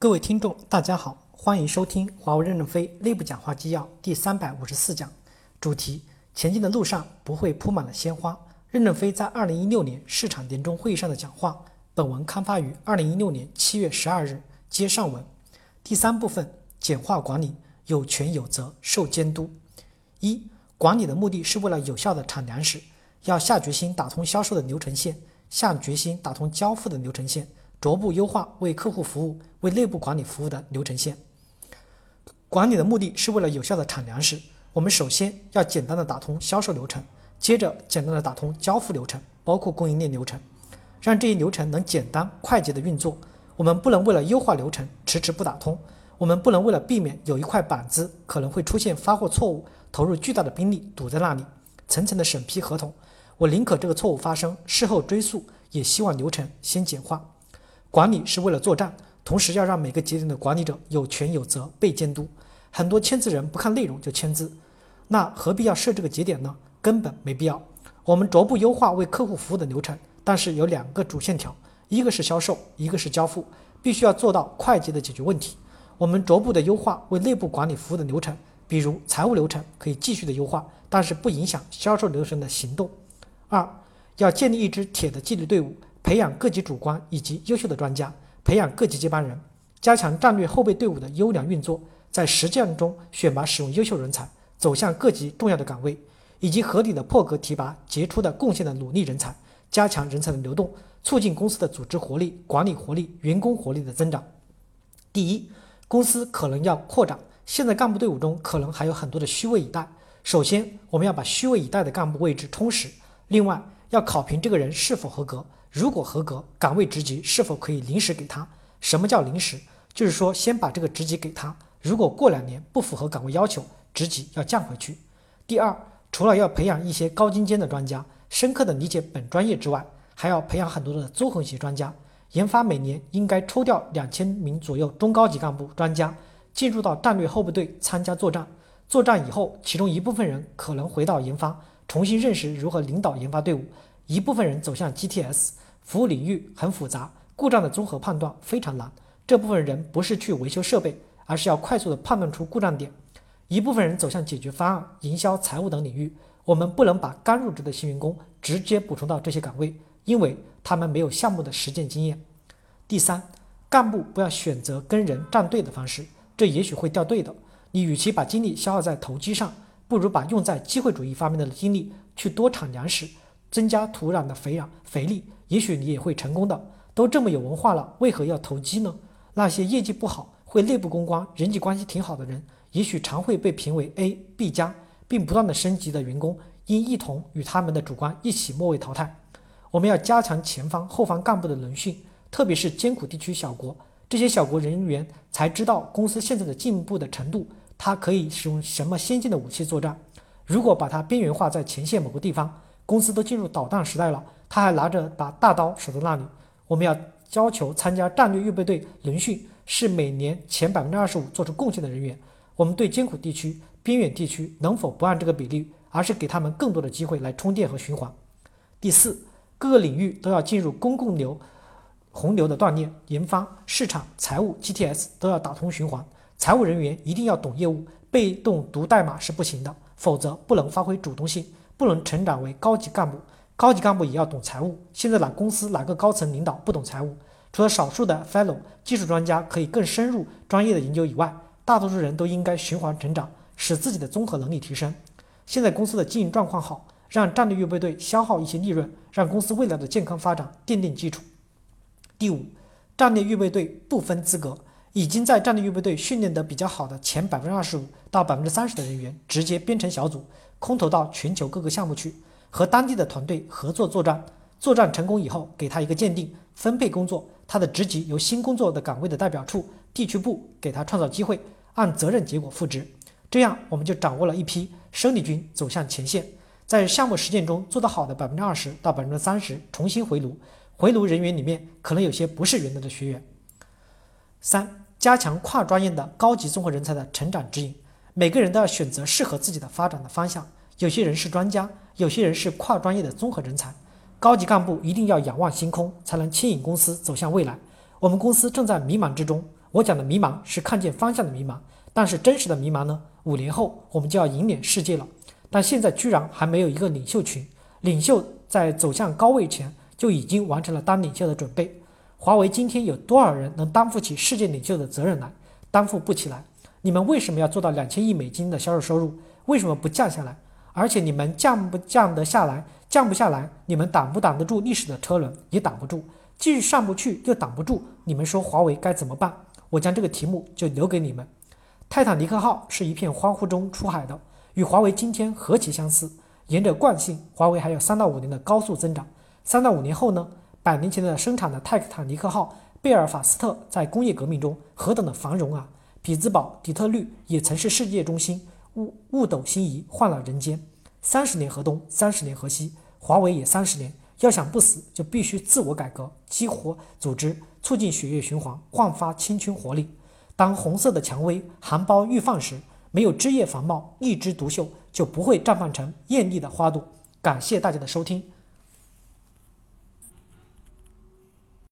各位听众，大家好，欢迎收听华为任正非内部讲话纪要第354讲，主题：前进的路上不会铺满了鲜花。任正非在2016年市场年终会议上的讲话，本文刊发于2016年7月12日，接上文。第三部分，简化管理，有权有责，受监督。一、管理的目的是为了有效的产粮食，要下决心打通销售的流程线，下决心打通交付的流程线，逐步优化为客户服务、为内部管理服务的流程线。管理的目的是为了有效的产粮食，我们首先要简单的打通销售流程，接着简单的打通交付流程，包括供应链流程，让这一流程能简单快捷的运作。我们不能为了优化流程迟迟不打通，我们不能为了避免有一块板子可能会出现发货错误，投入巨大的兵力堵在那里，层层的审批合同。我宁可这个错误发生，事后追溯，也希望流程先简化。管理是为了作战，同时要让每个节点的管理者有权有责，被监督。很多签字人不看内容就签字，那何必要设这个节点呢？根本没必要。我们逐步优化为客户服务的流程，但是有两个主线条，一个是销售，一个是交付，必须要做到快捷的解决问题。我们逐步的优化为内部管理服务的流程，比如财务流程可以继续的优化，但是不影响销售流程的行动。二、要建立一支铁的纪律队伍，培养各级主管以及优秀的专家，培养各级接班人，加强战略后备队伍的优良运作，在实践中选拔使用优秀人才，走向各级重要的岗位，以及合理的破格提拔杰出的贡献的努力人才，加强人才的流动，促进公司的组织活力、管理活力、员工活力的增长。第一，公司可能要扩展，现在干部队伍中可能还有很多的虚位以待。首先，我们要把虚位以待的干部位置充实。另外，要考评这个人是否合格，如果合格，岗位职级是否可以临时给他？什么叫临时？就是说先把这个职级给他，如果过2年不符合岗位要求，职级要降回去。第二，除了要培养一些高精尖的专家，深刻的理解本专业之外，还要培养很多的综合型专家。研发每年应该抽调2000名左右中高级干部专家进入到战略后备队参加作战。作战以后，其中一部分人可能回到研发，重新认识如何领导研发队伍，一部分人走向 GTS， 服务领域很复杂，故障的综合判断非常难，这部分人不是去维修设备，而是要快速的判断出故障点。一部分人走向解决方案、营销、财务等领域，我们不能把刚入职的新员工直接补充到这些岗位，因为他们没有项目的实践经验。第三，干部不要选择跟人站队的方式，这也许会掉队的。你与其把精力消耗在投机上，不如把用在机会主义方面的精力去多产粮食，增加土壤的肥力，也许你也会成功的。都这么有文化了，为何要投机呢？那些业绩不好、会内部公关、人际关系挺好的人，也许常会被评为 A、B 加，并不断的升级的员工，应一同与他们的主管一起末位淘汰。我们要加强前方、后方干部的轮训，特别是艰苦地区小国，这些小国人员才知道公司现在的进步的程度，他可以使用什么先进的武器作战。如果把它边缘化在前线某个地方，公司都进入导弹时代了，他还拿着把大刀守在那里。我们要要求参加战略预备队轮训是每年前 25% 做出贡献的人员。我们对艰苦地区、边远地区能否不按这个比例，而是给他们更多的机会来充电和循环。第四，各个领域都要进入公共洪流的锻炼，研发、市场、财务、GTS 都要打通循环。财务人员一定要懂业务，被动读代码是不行的，否则不能发挥主动性，不能成长为高级干部。高级干部也要懂财务，现在公司哪个高层领导不懂财务？除了少数的 fellow 技术专家可以更深入专业的研究以外，大多数人都应该循环成长，使自己的综合能力提升。现在公司的经营状况好，让战略预备队消耗一些利润，让公司未来的健康发展奠定基础。第五，战略预备队不分资格，已经在战略预备队训练得比较好的前 25% 到 30% 的人员直接编成小组，空投到全球各个项目去，和当地的团队合作作战。作战成功以后，给他一个鉴定，分配工作，他的职级由新工作的岗位的代表处、地区部给他创造机会，按责任结果复职。这样我们就掌握了一批生力军走向前线，在项目实践中做得好的 20% 到 30% 重新回炉，回炉人员里面可能有些不是原来的学员。三、加强跨专业的高级综合人才的成长指引，每个人都要选择适合自己的发展的方向，有些人是专家，有些人是跨专业的综合人才。高级干部一定要仰望星空，才能牵引公司走向未来。我们公司正在迷茫之中， 我讲的迷茫是看见方向的迷茫，但是真实的迷茫呢？5年后我们就要引领世界了，但现在居然还没有一个领袖群，领袖在走向高位前就已经完成了当领袖的准备。华为今天有多少人能担负起世界领袖的责任来？担负不起来。你们为什么要做到2000亿美金的销售收入？为什么不降下来？而且你们降不降得下来？降不下来，你们挡不挡得住历史的车轮？也挡不住。既上不去又挡不住，你们说华为该怎么办？我将这个题目就留给你们。泰坦尼克号是一片欢呼中出海的，与华为今天何其相似。沿着惯性，华为还有3到5年的高速增长。3到5年后呢？100年前的生产的泰坦尼克号贝尔法斯特在工业革命中何等的繁荣啊！匹兹堡、底特律也曾是世界中心，五斗星移换了人间。30年河东，30年河西，华为也30年。要想不死，就必须自我改革，激活组织，促进血液循环，焕发青春活力。当红色的蔷薇含苞欲放时，没有枝叶繁茂，一枝独秀，就不会绽放成艳丽的花朵。感谢大家的收听。